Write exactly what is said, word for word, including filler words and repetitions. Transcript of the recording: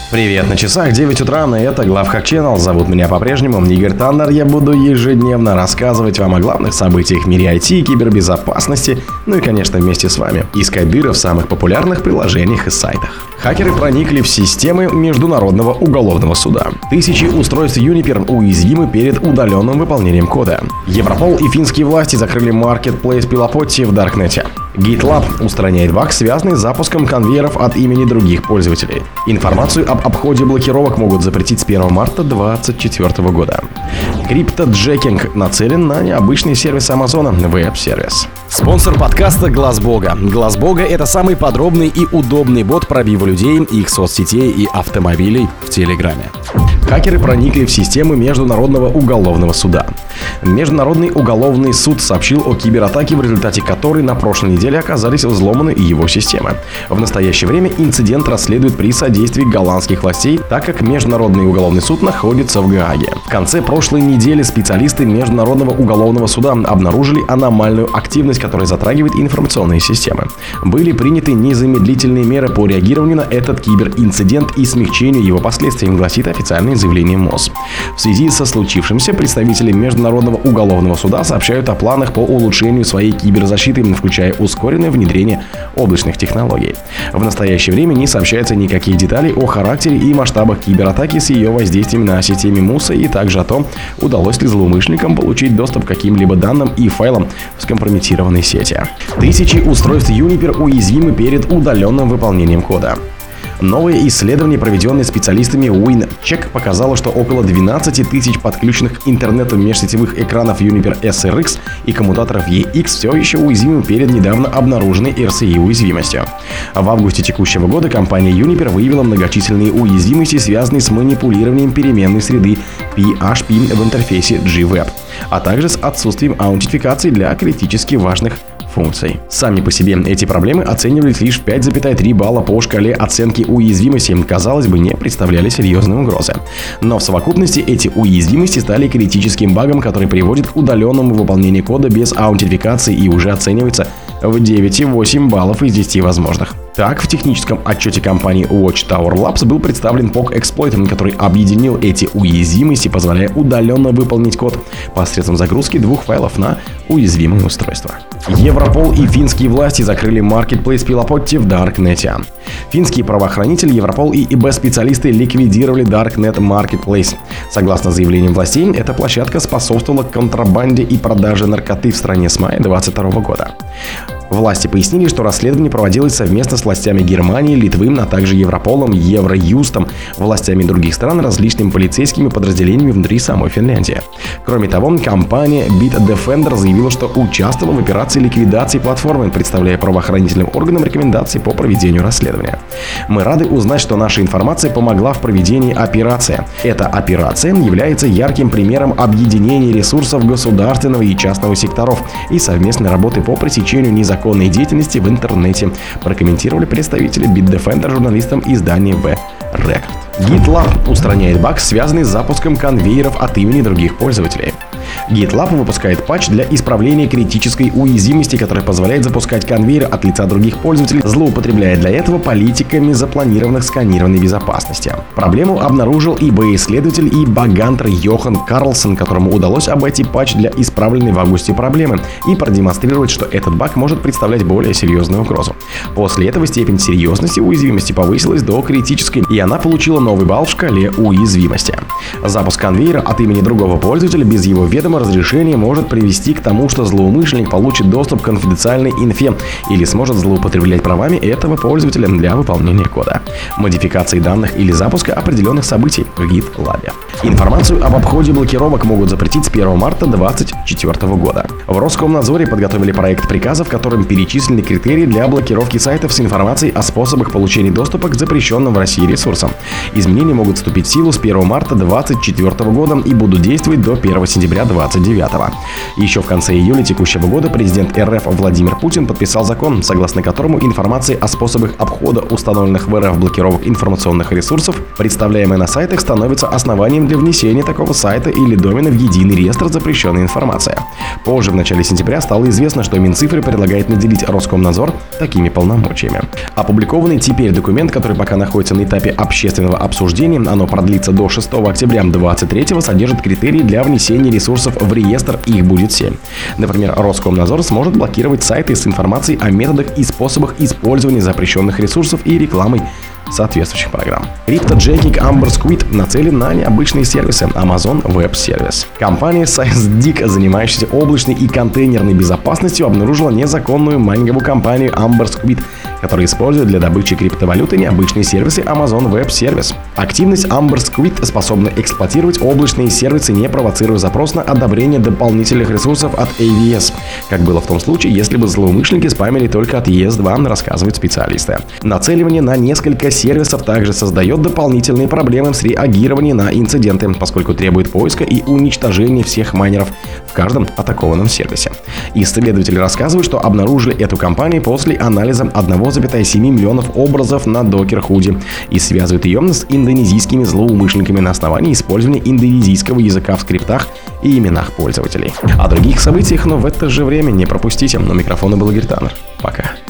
Привет, на часах девять утра, и это Главхак Channel. Зовут меня по-прежнему Игорь Таннер. Я буду ежедневно рассказывать вам о главных событиях в мире ай ти и кибербезопасности, ну и, конечно, вместе с вами искать дыры в самых популярных приложениях и сайтах. Хакеры проникли в системы Международного уголовного суда. Тысячи устройств Juniper уязвимы перед удаленным выполнением кода. Европол и финские власти закрыли маркетплейс Пилапотти в Даркнете. GitLab устраняет баг, связанный с запуском конвейеров от имени других пользователей. Информацию об обходе блокировок могут запретить с первого марта две тысячи двадцать четвёртого года. Криптоджекинг нацелен на необычный сервис Амазона – веб-сервис. Спонсор подкаста Глаз Бога. Глаз Бога – это самый подробный и удобный бот пробива людей, их соцсетей и автомобилей в Телеграме. Хакеры проникли в системы Международного уголовного суда. Международный уголовный суд сообщил о кибератаке, в результате которой на прошлой неделе оказались взломаны его системы. В настоящее время инцидент расследует при содействии голландских властей, так как Международный уголовный суд находится в Гааге. В конце прошлой недели специалисты Международного уголовного суда обнаружили аномальную активность, которая затрагивает информационные системы. Были приняты незамедлительные меры по реагированию на этот киберинцидент и смягчению его последствий, гласит официальное заявление МОЗ. В связи со случившимся представители Международного уголовного суда сообщают о планах по улучшению своей киберзащиты, включая ускоренное внедрение облачных технологий. В настоящее время не сообщается никаких деталей о характере и масштабах кибератаки с ее воздействием на системе МУСа, и также о том, удалось ли злоумышленникам получить доступ к каким-либо данным и файлам в скомпрометированной сети. Тысячи устройств Juniper уязвимы перед удаленным выполнением кода. Новое исследование, проведенное специалистами WinCheck, показало, что около двенадцати тысяч подключенных к интернету межсетевых экранов Juniper эс эр икс и коммутаторов и икс все еще уязвимы перед недавно обнаруженной эр си и-уязвимостью. В августе текущего года компания Juniper выявила многочисленные уязвимости, связанные с манипулированием переменной среды пи эйч пи в интерфейсе G-Web, а также с отсутствием аутентификации для критически важных функций. Сами по себе эти проблемы оценивались лишь в пять целых три балла по шкале оценки уязвимости, казалось бы, не представляли серьезной угрозы. Но в совокупности эти уязвимости стали критическим багом, который приводит к удаленному выполнению кода без аутентификации и уже оценивается в девять целых восемь десятых баллов из десяти возможных. Так, в техническом отчете компании Watchtower Labs был представлен пок-эксплойт, который объединил эти уязвимости, позволяя удаленно выполнить код посредством загрузки двух файлов на уязвимое устройство. Европол и финские власти закрыли маркетплейс Пилапотти в Даркнете. Финские правоохранители, Европол и и би-специалисты ликвидировали Darknet Marketplace. Согласно заявлениям властей, эта площадка способствовала контрабанде и продаже наркоты в стране с мая две тысячи двадцать второго года. Власти пояснили, что расследование проводилось совместно с властями Германии, Литвы, а также Европолом, Евроюстом, властями других стран, различными полицейскими подразделениями внутри самой Финляндии. Кроме того, компания Bitdefender заявила, что участвовала в операции ликвидации платформы, представляя правоохранительным органам рекомендации по проведению расследования. Мы рады узнать, что наша информация помогла в проведении операции. Эта операция является ярким примером объединения ресурсов государственного и частного секторов и совместной работы по пресечению незаконной законной деятельности в интернете, прокомментировали представители Bitdefender журналистам издания V-Record. GitLab устраняет баг, связанный с запуском конвейеров от имени других пользователей. GitLab выпускает патч для исправления критической уязвимости, которая позволяет запускать конвейер от лица других пользователей, злоупотребляя для этого политиками запланированных сканированной безопасности. Проблему обнаружил и би-исследователь и багантер Йохан Карлсон, которому удалось обойти патч для исправленной в августе проблемы и продемонстрировать, что этот баг может представлять более серьезную угрозу. После этого степень серьезности уязвимости повысилась до критической, и она получила новый балл в шкале уязвимости. Запуск конвейера от имени другого пользователя без его ведома разрешения может привести к тому, что злоумышленник получит доступ к конфиденциальной инфе или сможет злоупотреблять правами этого пользователя для выполнения кода, модификации данных или запуска определенных событий в GitLab. Информацию об обходе блокировок могут запретить с первого марта две тысячи двадцать четвёртого года. В Роскомнадзоре подготовили проект приказа, в котором перечислены критерии для блокировки сайтов с информацией о способах получения доступа к запрещенным в России ресурсам. Изменения могут вступить в силу с первого марта две тысячи двадцать четвёртого года и будут действовать до первого сентября двадцать девятого. Еще в конце июля текущего года президент эр эф Владимир Путин подписал закон, согласно которому информация о способах обхода установленных в эр эф блокировок информационных ресурсов, представляемая на сайтах, становится основанием для внесения такого сайта или домена в единый реестр запрещенной информации. Позже, в начале сентября, стало известно, что Минцифры предлагает наделить Роскомнадзор такими полномочиями. Опубликованный теперь документ, который пока находится на этапе общественного обсуждения, оно продлится до шестого октября две тысячи двадцать третьего, содержит критерии для внесения ресурсов в реестр, их будет семь. Например, Роскомнадзор сможет блокировать сайты с информацией о методах и способах использования запрещенных ресурсов и рекламой соответствующих программ. Криптоджекинг Amber Squid нацелен на необычные сервисы Amazon Web Service. Компания SizeDig, занимающаяся облачной и контейнерной безопасностью, обнаружила незаконную майнинговую компанию Amber Squid, которая использует для добычи криптовалюты необычные сервисы Amazon Web Service. Активность Amber Squid способна эксплуатировать облачные сервисы, не провоцируя запрос на одобрение дополнительных ресурсов от эй ви эс, как было в том случае, если бы злоумышленники спамили только от и эс два, рассказывают специалисты. Нацеливание на несколько сервисов также создает дополнительные проблемы с реагированием на инциденты, поскольку требует поиска и уничтожения всех майнеров в каждом атакованном сервисе. Исследователи рассказывают, что обнаружили эту компанию после анализа одна целая семь миллионов образов на Docker Hud и связывают ее с индонезийскими злоумышленниками на основании использования индонезийского языка в скриптах и именах пользователей. О других событиях, но в это же время не пропустите. У микрофона был Игорь Таннер. Пока.